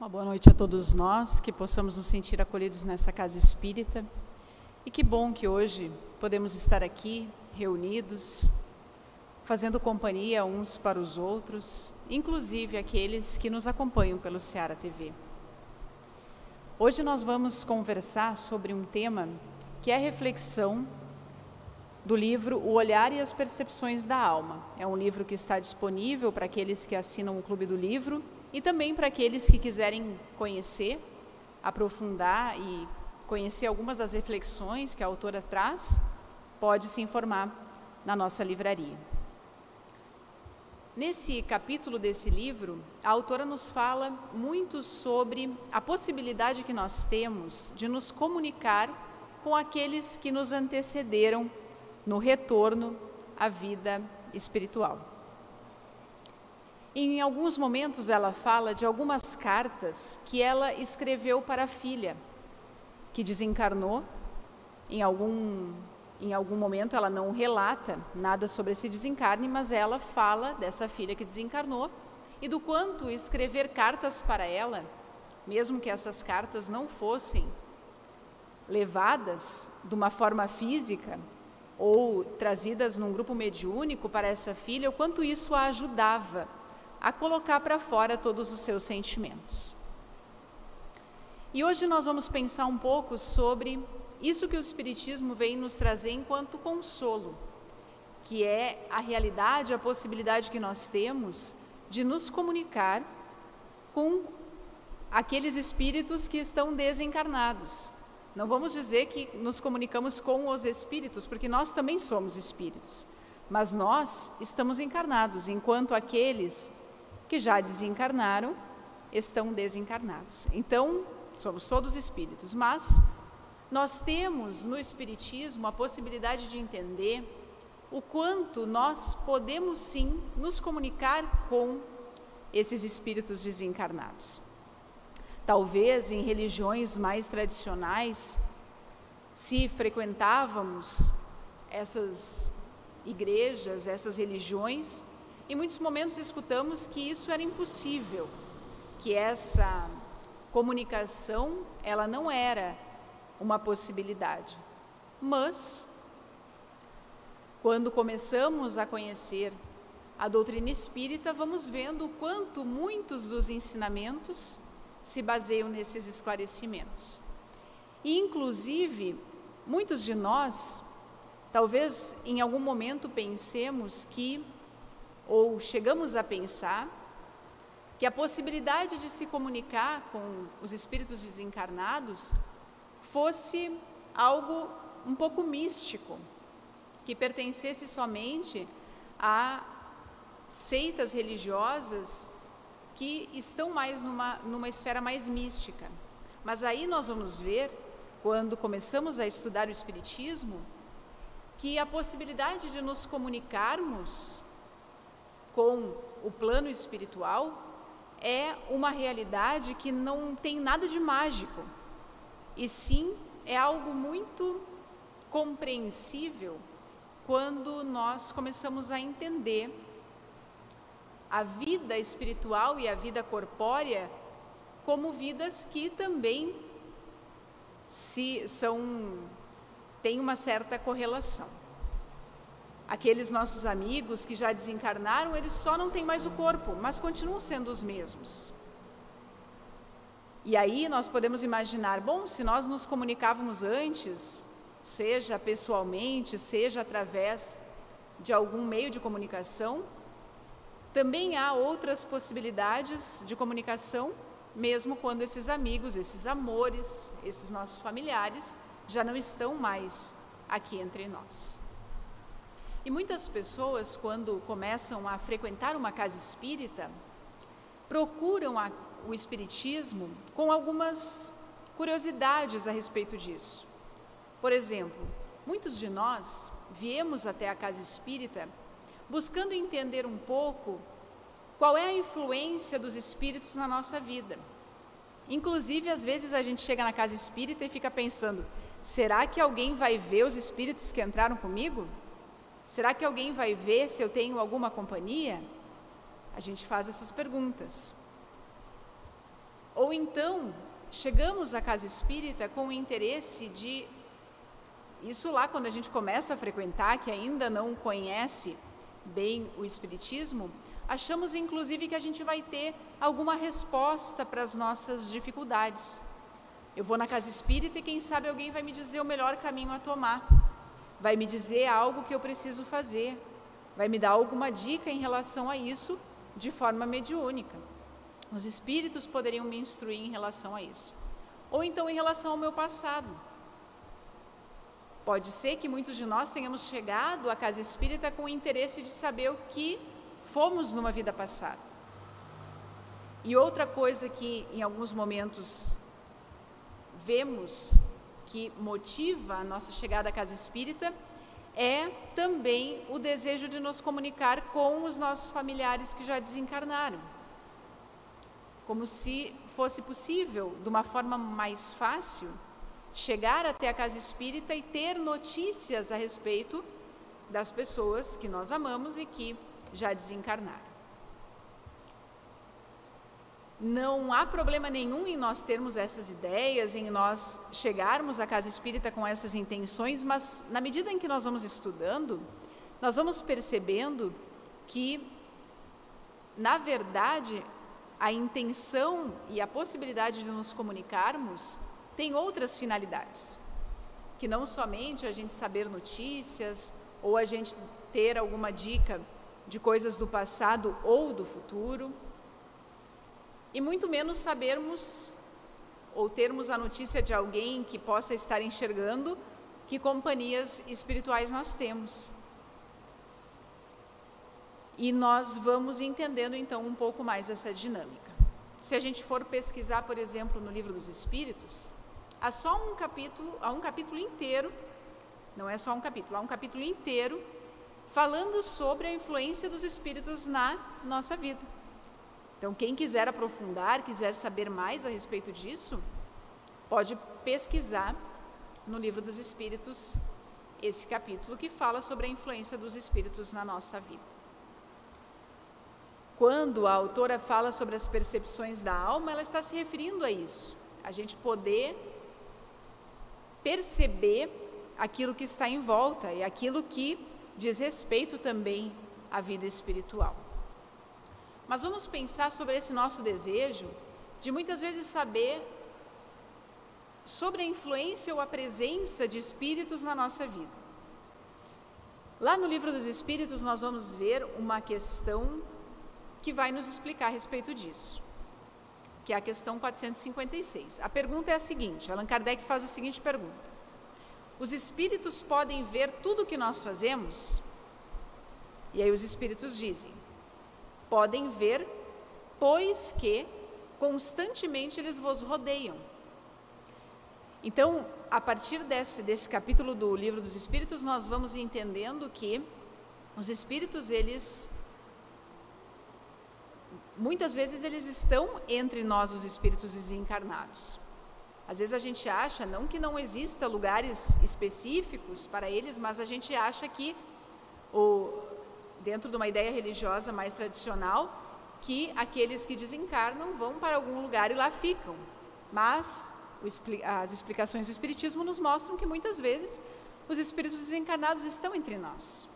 Uma boa noite a todos nós, que possamos nos sentir acolhidos nessa casa espírita. E que bom que hoje podemos estar aqui, reunidos, fazendo companhia uns para os outros, inclusive aqueles que nos acompanham pelo Seara TV. Hoje nós vamos conversar sobre um tema que é a reflexão do livro O Olhar e as Percepções da Alma. É um livro que está disponível para aqueles que assinam o Clube do Livro e também para aqueles que quiserem conhecer, aprofundar e conhecer algumas das reflexões que a autora traz, pode se informar na nossa livraria. Nesse capítulo desse livro, a autora nos fala muito sobre a possibilidade que nós temos de nos comunicar com aqueles que nos antecederam no retorno à vida espiritual. Em alguns momentos ela fala de algumas cartas que ela escreveu para a filha, que desencarnou. Em algum momento ela não relata nada sobre esse desencarne, mas ela fala dessa filha que desencarnou e do quanto escrever cartas para ela, mesmo que essas cartas não fossem levadas de uma forma física ou trazidas num grupo mediúnico para essa filha, o quanto isso a ajudava a colocar para fora todos os seus sentimentos. E hoje nós vamos pensar um pouco sobre isso que o Espiritismo vem nos trazer enquanto consolo, que é a realidade, a possibilidade que nós temos de nos comunicar com aqueles espíritos que estão desencarnados. Não vamos dizer que nos comunicamos com os espíritos, porque nós também somos espíritos, mas nós estamos encarnados, enquanto aqueles que já desencarnaram estão desencarnados. Então, somos todos espíritos, mas nós temos no Espiritismo a possibilidade de entender o quanto nós podemos sim nos comunicar com esses espíritos desencarnados. Talvez em religiões mais tradicionais, se frequentávamos essas igrejas, essas religiões, em muitos momentos escutamos que isso era impossível, que essa comunicação ela não era uma possibilidade. Mas, quando começamos a conhecer a doutrina espírita, vamos vendo o quanto muitos dos ensinamentos se baseiam nesses esclarecimentos. E, inclusive, muitos de nós, talvez em algum momento pensemos que, ou chegamos a pensar, que a possibilidade de se comunicar com os espíritos desencarnados fosse algo um pouco místico, que pertencesse somente a seitas religiosas que estão mais numa esfera mais mística. Mas aí nós vamos ver, quando começamos a estudar o Espiritismo, que a possibilidade de nos comunicarmos com o plano espiritual é uma realidade que não tem nada de mágico, e sim é algo muito compreensível quando nós começamos a entender a vida espiritual e a vida corpórea como vidas que também têm uma certa correlação. Aqueles nossos amigos que já desencarnaram, eles só não têm mais o corpo, mas continuam sendo os mesmos. E aí nós podemos imaginar, bom, se nós nos comunicávamos antes, seja pessoalmente, seja através de algum meio de comunicação, também há outras possibilidades de comunicação, mesmo quando esses amigos, esses amores, esses nossos familiares já não estão mais aqui entre nós. E muitas pessoas, quando começam a frequentar uma casa espírita, procuram o Espiritismo com algumas curiosidades a respeito disso. Por exemplo, muitos de nós viemos até a casa espírita buscando entender um pouco qual é a influência dos espíritos na nossa vida. Inclusive, às vezes a gente chega na casa espírita e fica pensando, será que alguém vai ver os espíritos que entraram comigo? Será que alguém vai ver se eu tenho alguma companhia? A gente faz essas perguntas. Ou então, chegamos à casa espírita com o interesse de, isso lá quando a gente começa a frequentar, que ainda não conhece bem o espiritismo, achamos inclusive que a gente vai ter alguma resposta para as nossas dificuldades. Eu vou na casa espírita e quem sabe alguém vai me dizer o melhor caminho a tomar, vai me dizer algo que eu preciso fazer, vai me dar alguma dica em relação a isso de forma mediúnica. Os espíritos poderiam me instruir em relação a isso. Ou então em relação ao meu passado. Pode ser que muitos de nós tenhamos chegado à casa espírita com o interesse de saber o que fomos numa vida passada. E outra coisa que em alguns momentos vemos que motiva a nossa chegada à casa espírita é também o desejo de nos comunicar com os nossos familiares que já desencarnaram. Como se fosse possível, de uma forma mais fácil, chegar até a casa espírita e ter notícias a respeito das pessoas que nós amamos e que já desencarnaram. Não há problema nenhum em nós termos essas ideias, em nós chegarmos à casa espírita com essas intenções, mas na medida em que nós vamos estudando, nós vamos percebendo que, na verdade, a intenção e a possibilidade de nos comunicarmos tem outras finalidades, que não somente a gente saber notícias ou a gente ter alguma dica de coisas do passado ou do futuro, e muito menos sabermos ou termos a notícia de alguém que possa estar enxergando que companhias espirituais nós temos. E nós vamos entendendo então um pouco mais essa dinâmica. Se a gente for pesquisar, por exemplo, no Livro dos Espíritos, há um capítulo inteiro, não é só um capítulo, há um capítulo inteiro falando sobre a influência dos espíritos na nossa vida. Então, quem quiser aprofundar, quiser saber mais a respeito disso, pode pesquisar no Livro dos Espíritos esse capítulo que fala sobre a influência dos espíritos na nossa vida. Quando a autora fala sobre as percepções da alma, ela está se referindo a isso, a gente poder perceber aquilo que está em volta e aquilo que diz respeito também à vida espiritual. Mas vamos pensar sobre esse nosso desejo de muitas vezes saber sobre a influência ou a presença de espíritos na nossa vida. Lá no Livro dos Espíritos nós vamos ver uma questão que vai nos explicar a respeito disso, que é a questão 456. A pergunta é a seguinte, Allan Kardec faz a seguinte pergunta: os espíritos podem ver tudo o que nós fazemos? E aí os espíritos dizem: podem ver, pois que constantemente eles vos rodeiam. Então, a partir desse capítulo do Livro dos Espíritos, nós vamos entendendo que os espíritos, muitas vezes eles estão entre nós, os espíritos desencarnados. Às vezes a gente acha, não que não exista lugares específicos para eles, mas a gente acha que, dentro de uma ideia religiosa mais tradicional, que aqueles que desencarnam vão para algum lugar e lá ficam. Mas as explicações do Espiritismo nos mostram que muitas vezes os espíritos desencarnados estão entre nós.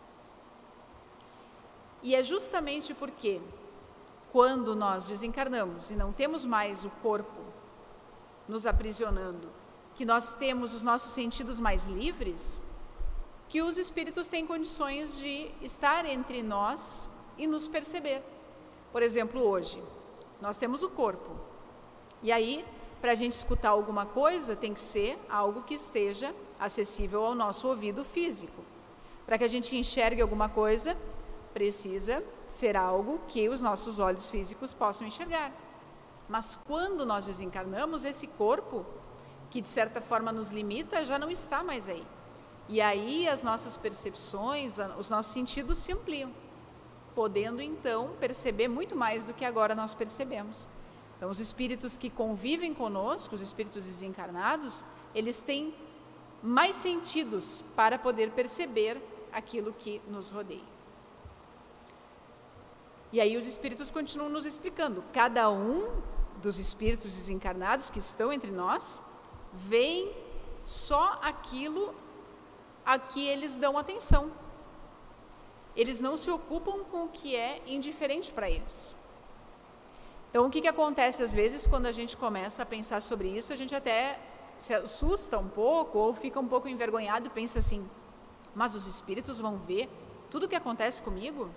E é justamente porque quando nós desencarnamos e não temos mais o corpo nos aprisionando, que nós temos os nossos sentidos mais livres, que os espíritos têm condições de estar entre nós e nos perceber. Por exemplo, hoje, nós temos o corpo. E aí, para a gente escutar alguma coisa, tem que ser algo que esteja acessível ao nosso ouvido físico. Para que a gente enxergue alguma coisa, precisa ser algo que os nossos olhos físicos possam enxergar. Mas quando nós desencarnamos, esse corpo, que de certa forma nos limita, já não está mais aí. E aí as nossas percepções, os nossos sentidos se ampliam, podendo então perceber muito mais do que agora nós percebemos. Então os espíritos que convivem conosco, os espíritos desencarnados, eles têm mais sentidos para poder perceber aquilo que nos rodeia. E aí os espíritos continuam nos explicando, cada um dos espíritos desencarnados que estão entre nós, veem só aquilo a que eles dão atenção. Eles não se ocupam com o que é indiferente para eles. Então, o que acontece às vezes quando a gente começa a pensar sobre isso, a gente até se assusta um pouco ou fica um pouco envergonhado e pensa assim, mas os espíritos vão ver tudo o que acontece comigo?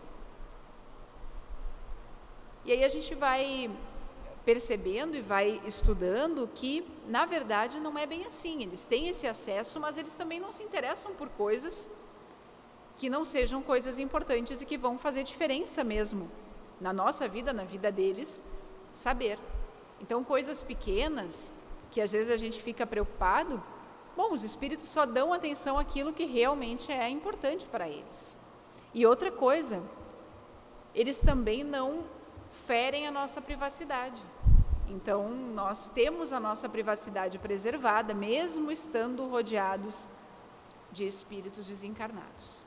E aí a gente vai percebendo e vai estudando que, na verdade, não é bem assim. Eles têm esse acesso, mas eles também não se interessam por coisas que não sejam coisas importantes e que vão fazer diferença mesmo na nossa vida, na vida deles, saber. Então, coisas pequenas, que às vezes a gente fica preocupado, bom, os espíritos só dão atenção àquilo que realmente é importante para eles. E outra coisa, eles também não ferem a nossa privacidade. Então, nós temos a nossa privacidade preservada, mesmo estando rodeados de espíritos desencarnados.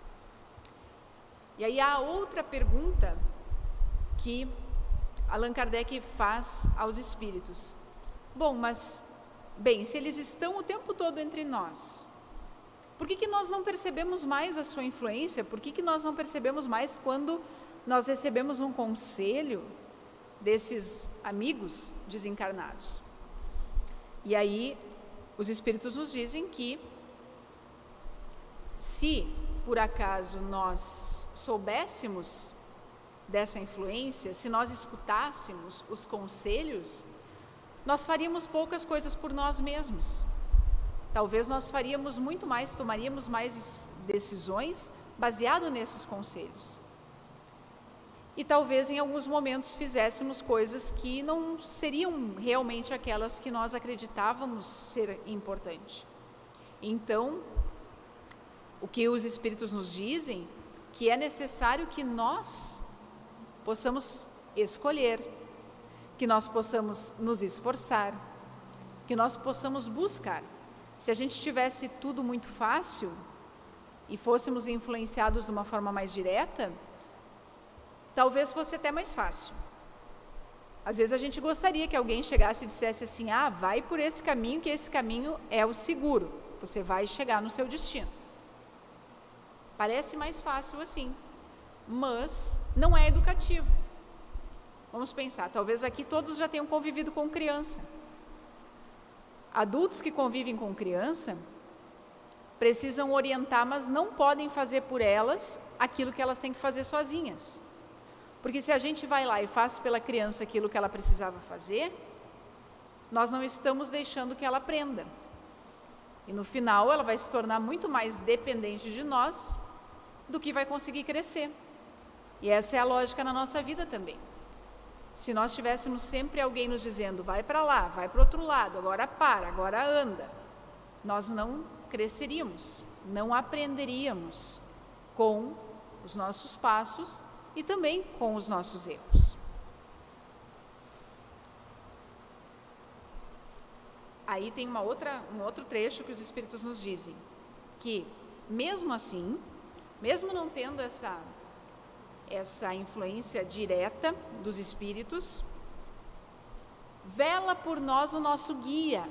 E aí há outra pergunta que Allan Kardec faz aos espíritos. Bom, mas, bem, se eles estão o tempo todo entre nós, por que nós não percebemos mais a sua influência? Por que nós não percebemos mais quando nós recebemos um conselho desses amigos desencarnados? E aí, os espíritos nos dizem que, se por acaso nós soubéssemos dessa influência, se nós escutássemos os conselhos, nós faríamos poucas coisas por nós mesmos. Talvez nós faríamos muito mais, tomaríamos mais decisões baseado nesses conselhos. E talvez em alguns momentos fizéssemos coisas que não seriam realmente aquelas que nós acreditávamos ser importante. Então, o que os espíritos nos dizem, que é necessário que nós possamos escolher, que nós possamos nos esforçar, que nós possamos buscar. Se a gente tivesse tudo muito fácil e fôssemos influenciados de uma forma mais direta, talvez fosse até mais fácil. Às vezes a gente gostaria que alguém chegasse e dissesse assim, vai por esse caminho, que esse caminho é o seguro, você vai chegar no seu destino. Parece mais fácil assim, mas não é educativo. Vamos pensar, talvez aqui todos já tenham convivido com criança. Adultos que convivem com criança precisam orientar, mas não podem fazer por elas aquilo que elas têm que fazer sozinhas. Porque se a gente vai lá e faz pela criança aquilo que ela precisava fazer, nós não estamos deixando que ela aprenda. E no final ela vai se tornar muito mais dependente de nós do que vai conseguir crescer. E essa é a lógica na nossa vida também. Se nós tivéssemos sempre alguém nos dizendo, vai para lá, vai para o outro lado, agora para, agora anda, nós não cresceríamos, não aprenderíamos com os nossos passos e também com os nossos erros. Aí tem um outro trecho que os espíritos nos dizem, que mesmo assim, mesmo não tendo essa influência direta dos espíritos, vela por nós o nosso guia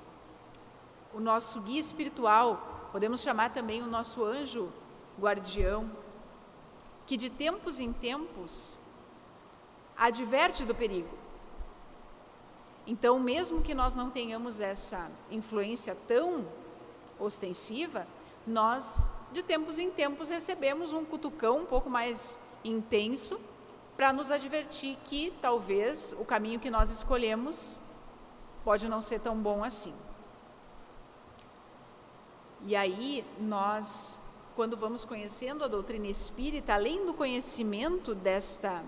espiritual, podemos chamar também o nosso anjo guardião, que de tempos em tempos adverte do perigo. Então, mesmo que nós não tenhamos essa influência tão ostensiva, nós de tempos em tempos recebemos um cutucão um pouco mais intenso para nos advertir que talvez o caminho que nós escolhemos pode não ser tão bom assim. E aí nós, quando vamos conhecendo a doutrina espírita, além do conhecimento desta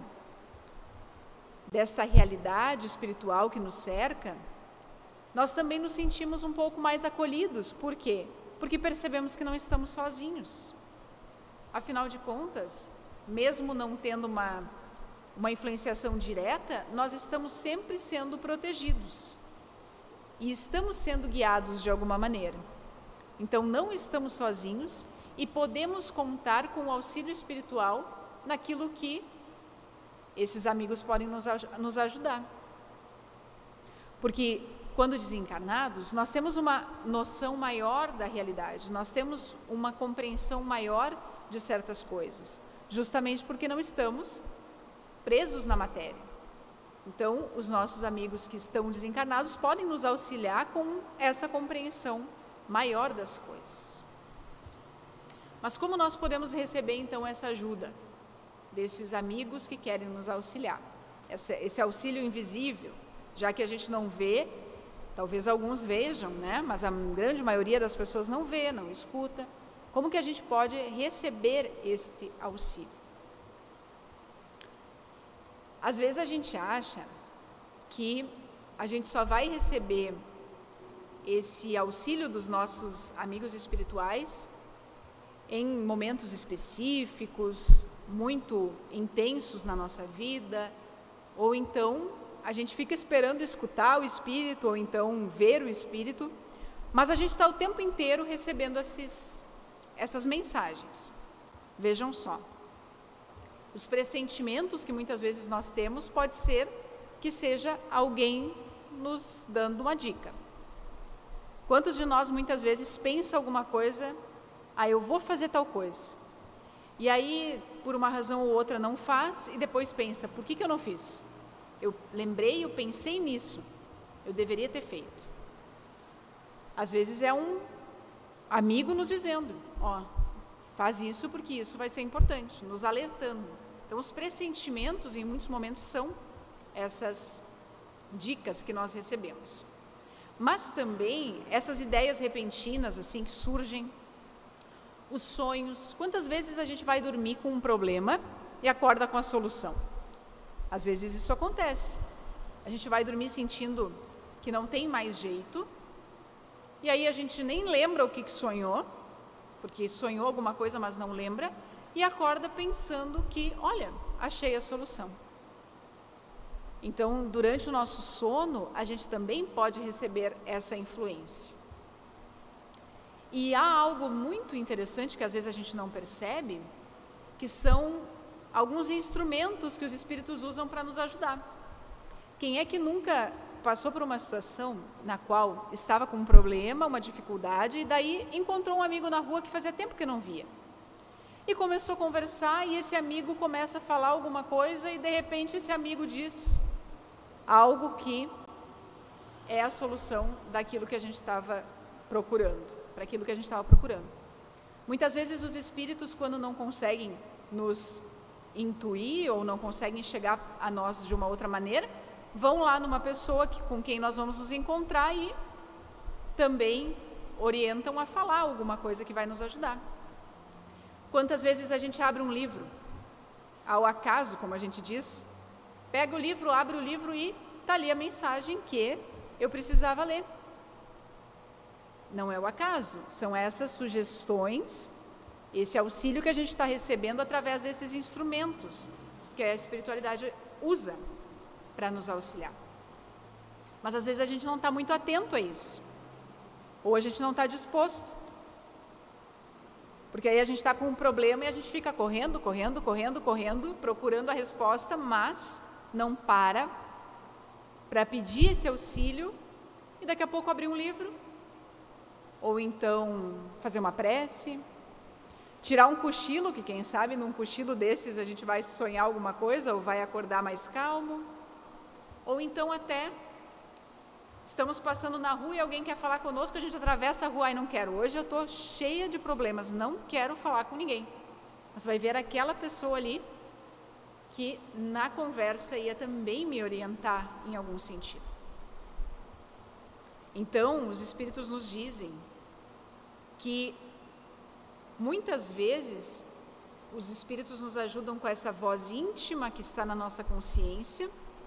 realidade espiritual que nos cerca, nós também nos sentimos um pouco mais acolhidos. Por quê? Porque percebemos que não estamos sozinhos. Afinal de contas, mesmo não tendo uma influenciação direta, nós estamos sempre sendo protegidos e estamos sendo guiados de alguma maneira. Então, não estamos sozinhos e podemos contar com o auxílio espiritual naquilo que esses amigos podem nos ajudar. Porque quando desencarnados, nós temos uma noção maior da realidade, nós temos uma compreensão maior de certas coisas, justamente porque não estamos presos na matéria. Então, os nossos amigos que estão desencarnados podem nos auxiliar com essa compreensão maior das coisas. Mas como nós podemos receber, então, essa ajuda desses amigos que querem nos auxiliar? Esse auxílio invisível, já que a gente não vê, talvez alguns vejam, né? Mas a grande maioria das pessoas não vê, não escuta. Como que a gente pode receber este auxílio? Às vezes a gente acha que a gente só vai receber esse auxílio dos nossos amigos espirituais em momentos específicos, muito intensos na nossa vida, ou então a gente fica esperando escutar o Espírito, ou então ver o Espírito, mas a gente está o tempo inteiro recebendo essas mensagens. Vejam só. Os pressentimentos que muitas vezes nós temos, pode ser que seja alguém nos dando uma dica. Quantos de nós muitas vezes pensa alguma coisa, eu vou fazer tal coisa, e aí por uma razão ou outra não faz, e depois pensa, por que eu não fiz? Eu lembrei, eu pensei nisso, eu deveria ter feito. Às vezes é um amigo nos dizendo, faz isso porque isso vai ser importante, nos alertando. Então, os pressentimentos, em muitos momentos, são essas dicas que nós recebemos. Mas também, essas ideias repentinas, assim, que surgem, os sonhos. Quantas vezes a gente vai dormir com um problema e acorda com a solução? Às vezes isso acontece. A gente vai dormir sentindo que não tem mais jeito, e aí a gente nem lembra o que sonhou, porque sonhou alguma coisa, mas não lembra, e acorda pensando que, olha, achei a solução. Então, durante o nosso sono, a gente também pode receber essa influência. E há algo muito interessante que às vezes a gente não percebe, que são alguns instrumentos que os espíritos usam para nos ajudar. Quem é que nunca passou por uma situação na qual estava com um problema, uma dificuldade, e daí encontrou um amigo na rua que fazia tempo que não via? E começou a conversar, e esse amigo começa a falar alguma coisa, e de repente esse amigo diz algo que é a solução daquilo que a gente estava procurando, para aquilo que a gente estava procurando. Muitas vezes os espíritos, quando não conseguem nos intuir, ou não conseguem chegar a nós de uma outra maneira, vão lá numa pessoa com quem nós vamos nos encontrar e também orientam a falar alguma coisa que vai nos ajudar. Quantas vezes a gente abre um livro, ao acaso, como a gente diz, pega o livro, abre o livro e está ali a mensagem que eu precisava ler. Não é o acaso, são essas sugestões, esse auxílio que a gente está recebendo através desses instrumentos que a espiritualidade usa para nos auxiliar. Mas às vezes a gente não está muito atento a isso, ou a gente não está disposto. Porque aí a gente está com um problema e a gente fica correndo, procurando a resposta, mas não para pedir esse auxílio e daqui a pouco abrir um livro, ou então fazer uma prece, tirar um cochilo, que quem sabe num cochilo desses a gente vai sonhar alguma coisa ou vai acordar mais calmo, ou então até estamos passando na rua e alguém quer falar conosco, a gente atravessa a rua e não quero. Hoje eu estou cheia de problemas, não quero falar com ninguém. Mas vai ver aquela pessoa ali que na conversa ia também me orientar em algum sentido. Então, os espíritos nos dizem que muitas vezes os espíritos nos ajudam com essa voz íntima que está na nossa consciência,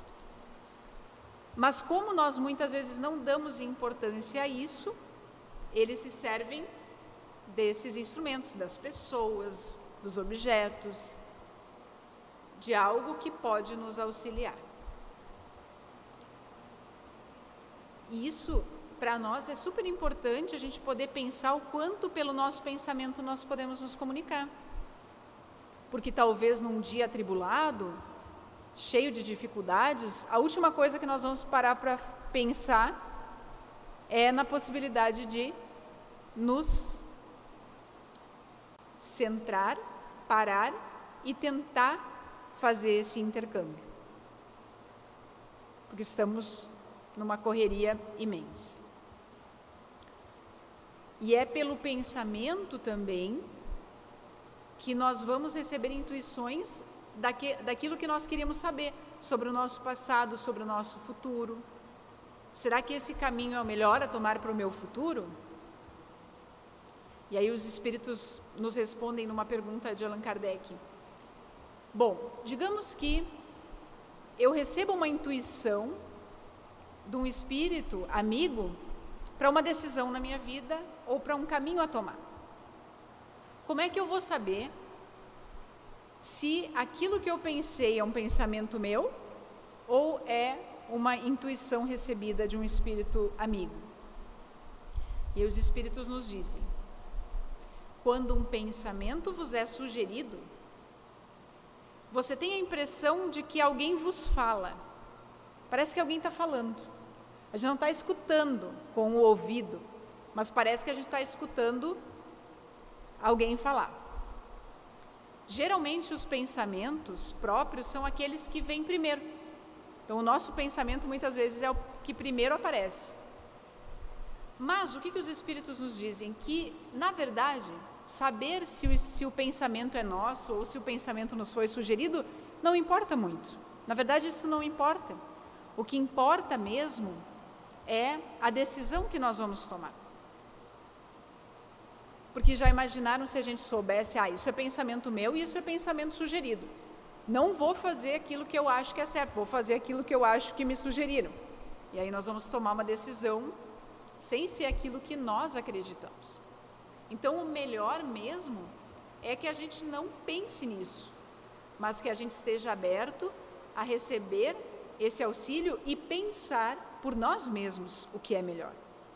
mas como nós muitas vezes não damos importância a isso, eles se servem desses instrumentos, das pessoas, dos objetos, de algo que pode nos auxiliar. E isso, para nós, é super importante a gente poder pensar o quanto pelo nosso pensamento nós podemos nos comunicar. Porque talvez num dia atribulado, cheio de dificuldades, a última coisa que nós vamos parar para pensar é na possibilidade de nos centrar, parar e tentar fazer esse intercâmbio. Porque estamos numa correria imensa. E é pelo pensamento também que nós vamos receber intuições daquilo que nós queríamos saber sobre o nosso passado, sobre o nosso futuro. Será que esse caminho é o melhor a tomar para o meu futuro? E aí os espíritos nos respondem numa pergunta de Allan Kardec. Bom, digamos que eu recebo uma intuição de um espírito amigo para uma decisão na minha vida ou para um caminho a tomar. Como é que eu vou saber se aquilo que eu pensei é um pensamento meu ou é uma intuição recebida de um espírito amigo? E os espíritos nos dizem: quando um pensamento vos é sugerido, você tem a impressão de que alguém vos fala. Parece que alguém está falando. A gente não está escutando com o ouvido, mas parece que a gente está escutando alguém falar. Geralmente os pensamentos próprios são aqueles que vêm primeiro. Então o nosso pensamento muitas vezes é o que primeiro aparece. Mas o que os espíritos nos dizem? Que, na verdade, saber se o pensamento é nosso ou se o pensamento nos foi sugerido não importa muito. Na verdade, isso não importa. O que importa mesmo é a decisão que nós vamos tomar. Porque já imaginaram se a gente soubesse, isso é pensamento meu e isso é pensamento sugerido. Não vou fazer aquilo que eu acho que é certo, vou fazer aquilo que eu acho que me sugeriram. E aí nós vamos tomar uma decisão sem ser aquilo que nós acreditamos. Então, o melhor mesmo é que a gente não pense nisso, mas que a gente esteja aberto a receber esse auxílio e pensar por nós mesmos o que é melhor.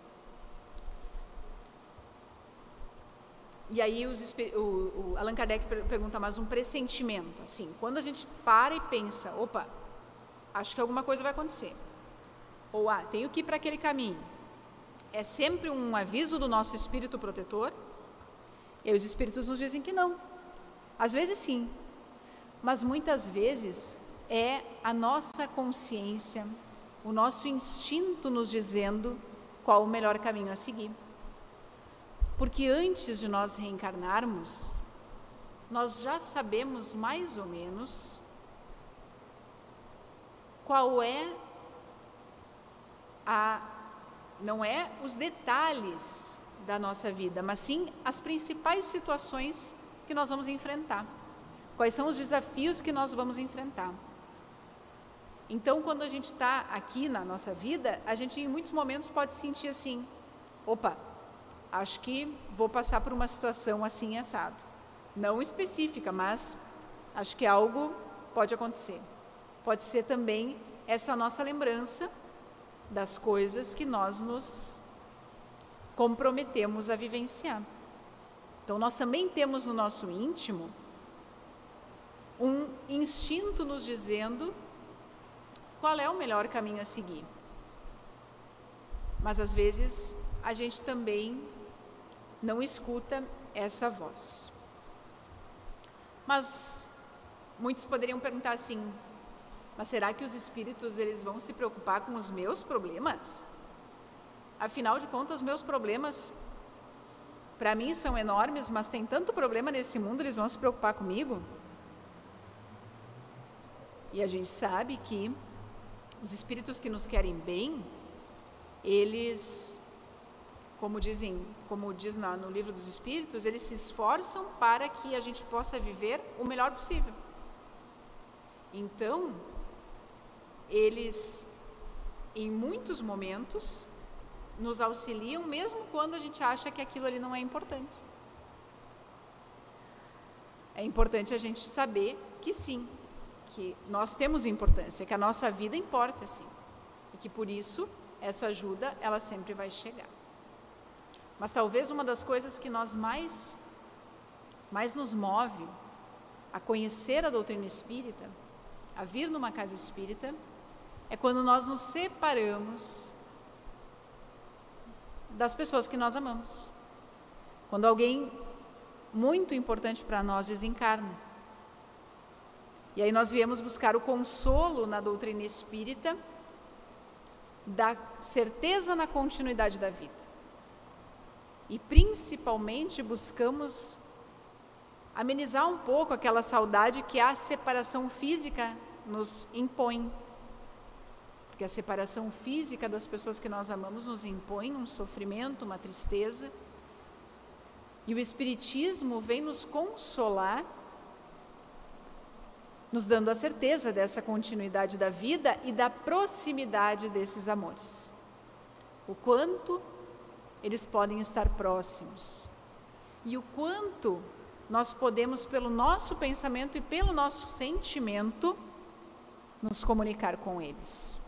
E aí o Allan Kardec pergunta, mas um pressentimento, assim, quando a gente para e pensa, opa, acho que alguma coisa vai acontecer, ou tenho que ir para aquele caminho, é sempre um aviso do nosso espírito protetor? E aí os espíritos nos dizem que não. Às vezes sim, mas muitas vezes é a nossa consciência, o nosso instinto nos dizendo qual o melhor caminho a seguir. Porque antes de nós reencarnarmos, nós já sabemos mais ou menos qual é não é os detalhes da nossa vida, mas sim as principais situações que nós vamos enfrentar. Quais são os desafios que nós vamos enfrentar. Então, quando a gente está aqui na nossa vida, a gente em muitos momentos pode sentir assim, opa, acho que vou passar por uma situação assim assado. Não específica, mas acho que algo pode acontecer. Pode ser também essa nossa lembrança das coisas que nós nos comprometemos a vivenciar. Então, nós também temos no nosso íntimo um instinto nos dizendo qual é o melhor caminho a seguir. Mas, às vezes, a gente também não escuta essa voz. Mas muitos poderiam perguntar assim, mas será que os espíritos eles vão se preocupar com os meus problemas? Afinal de contas, meus problemas para mim são enormes, mas tem tanto problema nesse mundo, eles vão se preocupar comigo? E a gente sabe que os espíritos que nos querem bem, eles, como diz no livro dos Espíritos, eles se esforçam para que a gente possa viver o melhor possível. Então, eles, em muitos momentos, nos auxiliam, mesmo quando a gente acha que aquilo ali não é importante. É importante a gente saber que sim, que nós temos importância, que a nossa vida importa, sim. E que por isso, essa ajuda, ela sempre vai chegar. Mas talvez uma das coisas que nós mais nos move a conhecer a doutrina espírita, a vir numa casa espírita é quando nós nos separamos das pessoas que nós amamos. Quando alguém muito importante para nós desencarna. E aí nós viemos buscar o consolo na doutrina espírita da certeza na continuidade da vida. E principalmente buscamos amenizar um pouco aquela saudade que a separação física nos impõe. Porque a separação física das pessoas que nós amamos nos impõe um sofrimento, uma tristeza. E o Espiritismo vem nos consolar, nos dando a certeza dessa continuidade da vida e da proximidade desses amores. O quanto eles podem estar próximos. E o quanto nós podemos, pelo nosso pensamento e pelo nosso sentimento, nos comunicar com eles.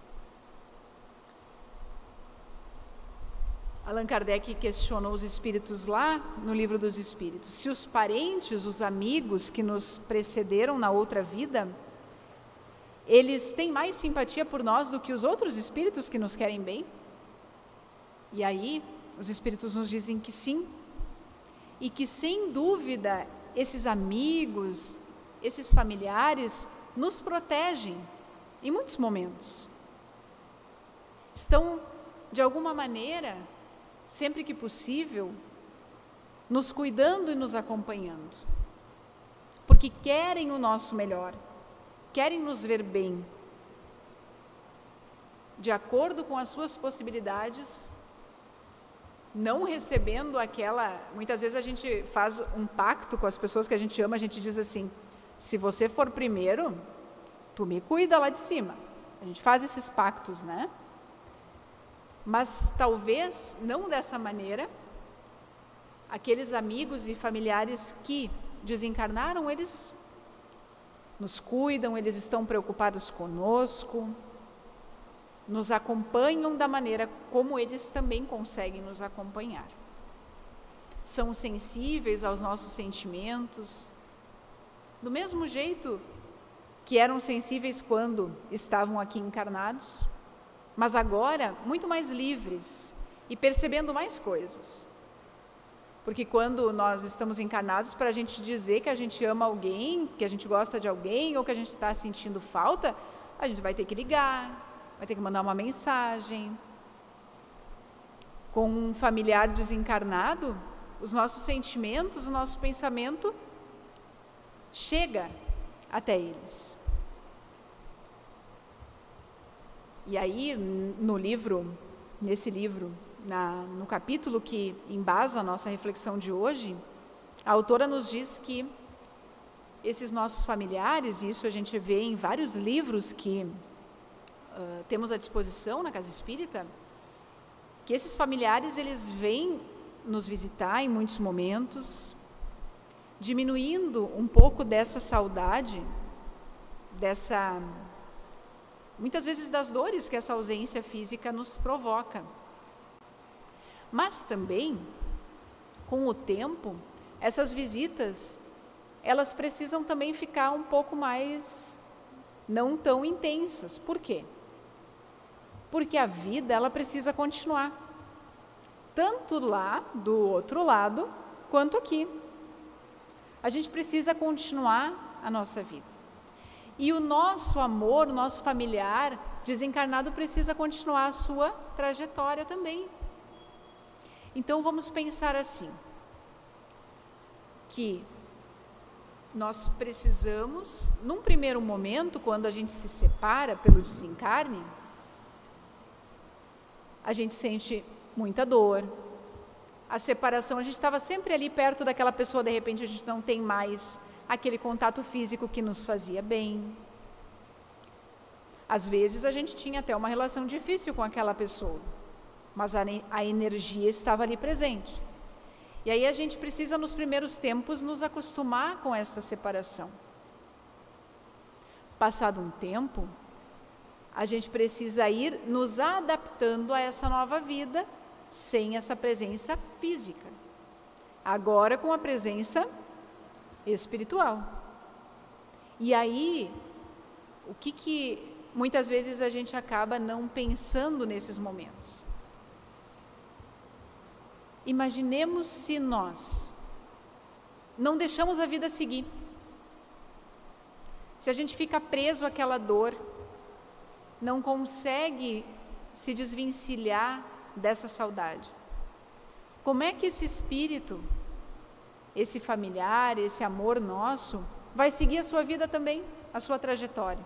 Allan Kardec questionou os espíritos lá no Livro dos Espíritos. Se os parentes, os amigos que nos precederam na outra vida, eles têm mais simpatia por nós do que os outros espíritos que nos querem bem? E aí, os espíritos nos dizem que sim. E que, sem dúvida, esses amigos, esses familiares, nos protegem em muitos momentos. Estão, de alguma maneira, sempre que possível, nos cuidando e nos acompanhando. Porque querem o nosso melhor, querem nos ver bem, de acordo com as suas possibilidades, não recebendo aquela... Muitas vezes a gente faz um pacto com as pessoas que a gente ama, a gente diz assim, se você for primeiro, tu me cuida lá de cima. A gente faz esses pactos, né? Mas talvez não dessa maneira, aqueles amigos e familiares que desencarnaram, eles nos cuidam, eles estão preocupados conosco, nos acompanham da maneira como eles também conseguem nos acompanhar. São sensíveis aos nossos sentimentos, do mesmo jeito que eram sensíveis quando estavam aqui encarnados, mas agora muito mais livres e percebendo mais coisas. Porque quando nós estamos encarnados, para a gente dizer que a gente ama alguém, que a gente gosta de alguém ou que a gente está sentindo falta, a gente vai ter que ligar, vai ter que mandar uma mensagem. Com um familiar desencarnado, os nossos sentimentos, o nosso pensamento chega até eles. E aí, nesse livro, no capítulo que embasa a nossa reflexão de hoje, a autora nos diz que esses nossos familiares, e isso a gente vê em vários livros que temos à disposição na Casa Espírita, que esses familiares, eles vêm nos visitar em muitos momentos, diminuindo um pouco dessa saudade, muitas vezes das dores que essa ausência física nos provoca. Mas também, com o tempo, essas visitas, elas precisam também ficar um pouco mais, não tão intensas. Por quê? Porque a vida, ela precisa continuar. Tanto lá, do outro lado, quanto aqui. A gente precisa continuar a nossa vida. E o nosso amor, o nosso familiar desencarnado precisa continuar a sua trajetória também. Então vamos pensar assim, que nós precisamos, num primeiro momento, quando a gente se separa pelo desencarne, a gente sente muita dor. A separação, a gente estava sempre ali perto daquela pessoa, de repente a gente não tem mais aquele contato físico que nos fazia bem. Às vezes a gente tinha até uma relação difícil com aquela pessoa, mas a energia estava ali presente. E aí a gente precisa, nos primeiros tempos, nos acostumar com esta separação. Passado um tempo, a gente precisa ir nos adaptando a essa nova vida, sem essa presença física. Agora com a presença espiritual. E aí, O que muitas vezes a gente acaba não pensando nesses momentos? Imaginemos se nós não deixamos a vida seguir. Se a gente fica preso àquela dor, não consegue se desvencilhar dessa saudade. Como é que esse espírito, esse familiar, esse amor nosso, vai seguir a sua vida também, a sua trajetória?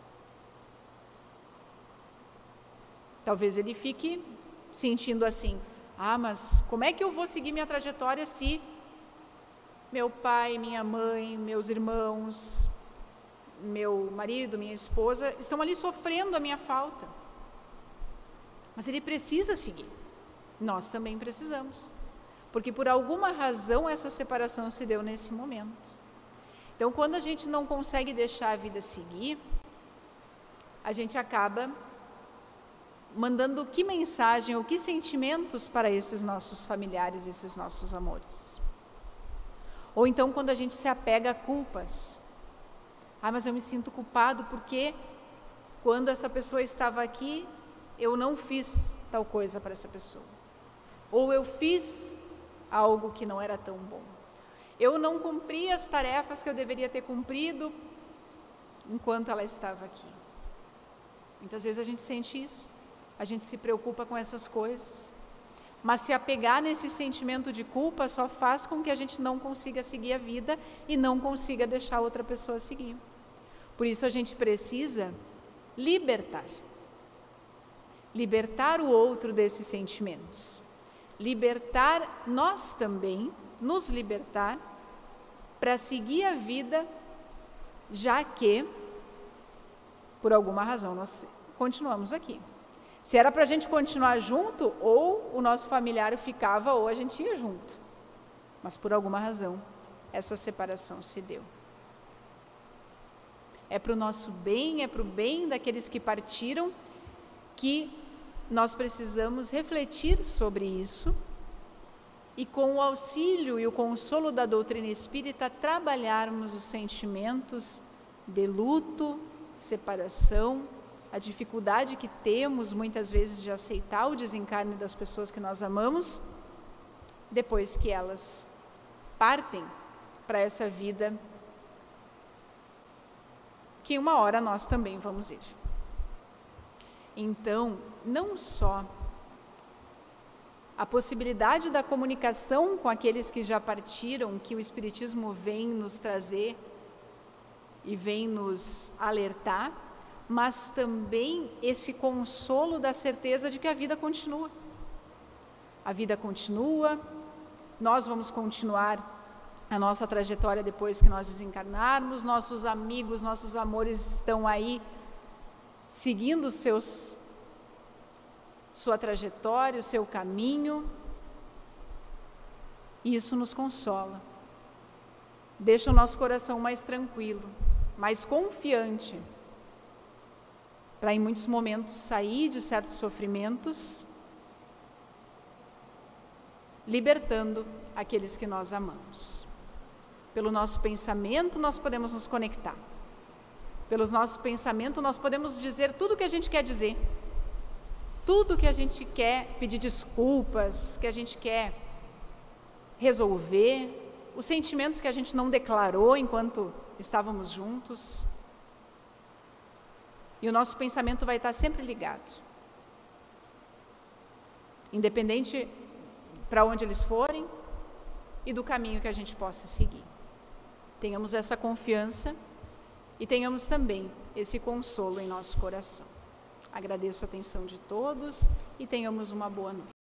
Talvez ele fique sentindo assim: ah, mas como é que eu vou seguir minha trajetória se meu pai, minha mãe, meus irmãos, meu marido, minha esposa estão ali sofrendo a minha falta? Mas ele precisa seguir. Nós também precisamos, porque por alguma razão essa separação se deu nesse momento. Então, quando a gente não consegue deixar a vida seguir, a gente acaba mandando que mensagem ou que sentimentos para esses nossos familiares, esses nossos amores? Ou então quando a gente se apega a culpas. Ah, mas eu me sinto culpado porque quando essa pessoa estava aqui, eu não fiz tal coisa para essa pessoa. Ou eu fiz algo que não era tão bom. Eu não cumpri as tarefas que eu deveria ter cumprido enquanto ela estava aqui. Muitas vezes a gente sente isso. A gente se preocupa com essas coisas, mas se apegar nesse sentimento de culpa só faz com que a gente não consiga seguir a vida e não consiga deixar outra pessoa seguir. Por isso a gente precisa libertar o outro desses sentimentos, libertar nós também, nos libertar para seguir a vida, já que por alguma razão nós continuamos aqui. Se era para a gente continuar junto, ou o nosso familiar ficava, ou a gente ia junto. Mas por alguma razão, essa separação se deu. É para o nosso bem, é para o bem daqueles que partiram, que nós precisamos refletir sobre isso e, com o auxílio e o consolo da doutrina espírita, trabalharmos os sentimentos de luto, separação, a dificuldade que temos muitas vezes de aceitar o desencarne das pessoas que nós amamos, depois que elas partem para essa vida que uma hora nós também vamos ir. Então, não só a possibilidade da comunicação com aqueles que já partiram, que o Espiritismo vem nos trazer e vem nos alertar, mas também esse consolo da certeza de que a vida continua. A vida continua, nós vamos continuar a nossa trajetória depois que nós desencarnarmos, nossos amigos, nossos amores estão aí seguindo sua trajetória, o seu caminho, e isso nos consola. Deixa o nosso coração mais tranquilo, mais confiante, para em muitos momentos sair de certos sofrimentos, libertando aqueles que nós amamos. Pelo nosso pensamento nós podemos nos conectar. Pelo nosso pensamento nós podemos dizer tudo o que a gente quer dizer. Tudo que a gente quer pedir desculpas, que a gente quer resolver, os sentimentos que a gente não declarou enquanto estávamos juntos. E o nosso pensamento vai estar sempre ligado. Independente para onde eles forem e do caminho que a gente possa seguir. Tenhamos essa confiança e tenhamos também esse consolo em nosso coração. Agradeço a atenção de todos e tenhamos uma boa noite.